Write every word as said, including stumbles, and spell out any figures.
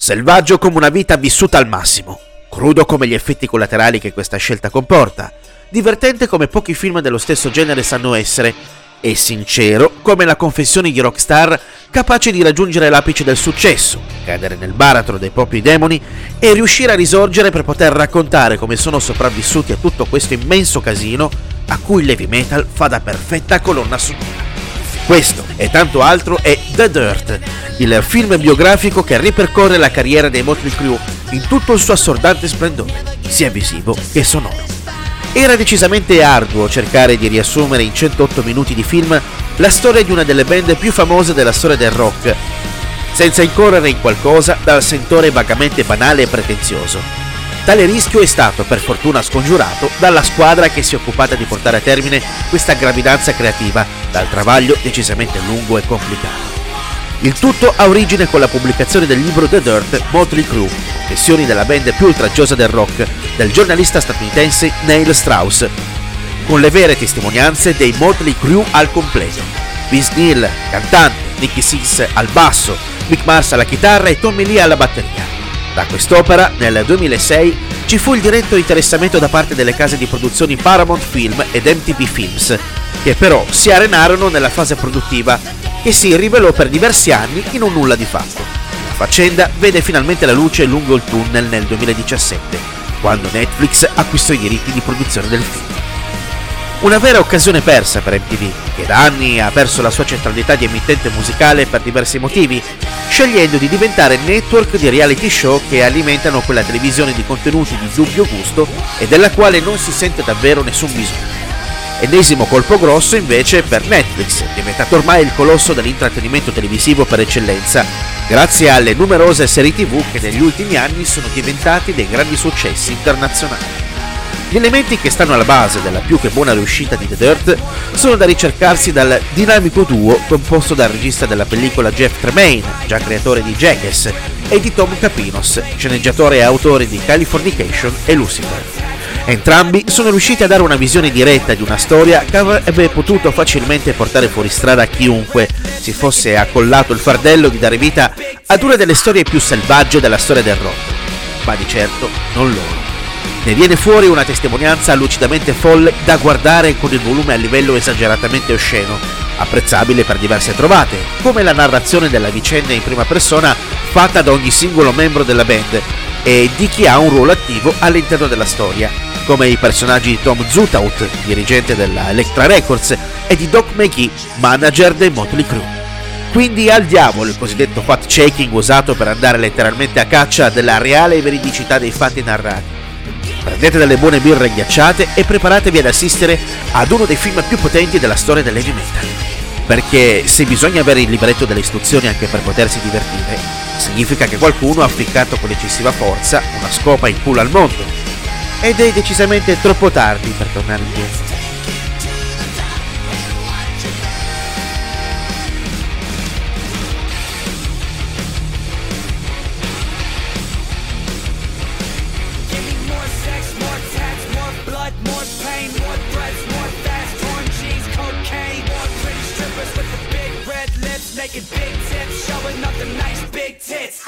Selvaggio come una vita vissuta al massimo, crudo come gli effetti collaterali che questa scelta comporta, divertente come pochi film dello stesso genere sanno essere, e sincero come la confessione di rockstar capace di raggiungere l'apice del successo, cadere nel baratro dei propri demoni e riuscire a risorgere per poter raccontare come sono sopravvissuti a tutto questo immenso casino a cui il heavy metal fa da perfetta colonna sonora. Questo e tanto altro è The Dirt, il film biografico che ripercorre la carriera dei Motley Crue in tutto il suo assordante splendore, sia visivo che sonoro. Era decisamente arduo cercare di riassumere in centootto minuti di film la storia di una delle band più famose della storia del rock, senza incorrere in qualcosa dal sentore vagamente banale e pretenzioso. Tale rischio è stato, per fortuna, scongiurato dalla squadra che si è occupata di portare a termine questa gravidanza creativa dal travaglio decisamente lungo e complicato. Il tutto ha origine con la pubblicazione del libro The Dirt, Motley Crue, confessioni della band più oltraggiosa del rock, del giornalista statunitense Neil Strauss, con le vere testimonianze dei Motley Crue al completo. Vince Neil, cantante, Nicky Six al basso, Mick Mars alla chitarra e Tommy Lee alla batteria. Da quest'opera, nel duemilasei, ci fu il diretto interessamento da parte delle case di produzioni Paramount Film ed M T V Films, che però si arenarono nella fase produttiva, che si rivelò per diversi anni in un nulla di fatto. La faccenda vede finalmente la luce lungo il tunnel nel duemiladiciassette, quando Netflix acquistò i diritti di produzione del film. Una vera occasione persa per M T V, che da anni ha perso la sua centralità di emittente musicale per diversi motivi, scegliendo di diventare network di reality show che alimentano quella televisione di contenuti di dubbio gusto e della quale non si sente davvero nessun bisogno. Ennesimo colpo grosso invece per Netflix, diventato ormai il colosso dell'intrattenimento televisivo per eccellenza, grazie alle numerose serie tivù che negli ultimi anni sono diventati dei grandi successi internazionali. Gli elementi che stanno alla base della più che buona riuscita di The Dirt sono da ricercarsi dal dinamico duo composto dal regista della pellicola Jeff Tremaine, già creatore di Jackass, e di Tom Capinos, sceneggiatore e autore di Californication e Lucifer. Entrambi sono riusciti a dare una visione diretta di una storia che avrebbe potuto facilmente portare fuori strada a chiunque si fosse accollato il fardello di dare vita ad una delle storie più selvagge della storia del rock, ma di certo non loro. Ne viene fuori una testimonianza lucidamente folle da guardare con il volume a livello esageratamente osceno, apprezzabile per diverse trovate, come la narrazione della vicenda in prima persona fatta da ogni singolo membro della band e di chi ha un ruolo attivo all'interno della storia, come i personaggi di Tom Zutaut, dirigente della Elektra Records, e di Doc McGhee, manager dei Motley Crue. Quindi al diavolo il cosiddetto fact-checking usato per andare letteralmente a caccia della reale veridicità dei fatti narrati. Prendete delle buone birre ghiacciate e preparatevi ad assistere ad uno dei film più potenti della storia dell'heavy metal. Perché se bisogna avere il libretto delle istruzioni anche per potersi divertire, significa che qualcuno ha ficcato con eccessiva forza una scopa in culo al mondo. Ed è decisamente troppo tardi per tornare indietro. Naked big tips showing up the nice big tits.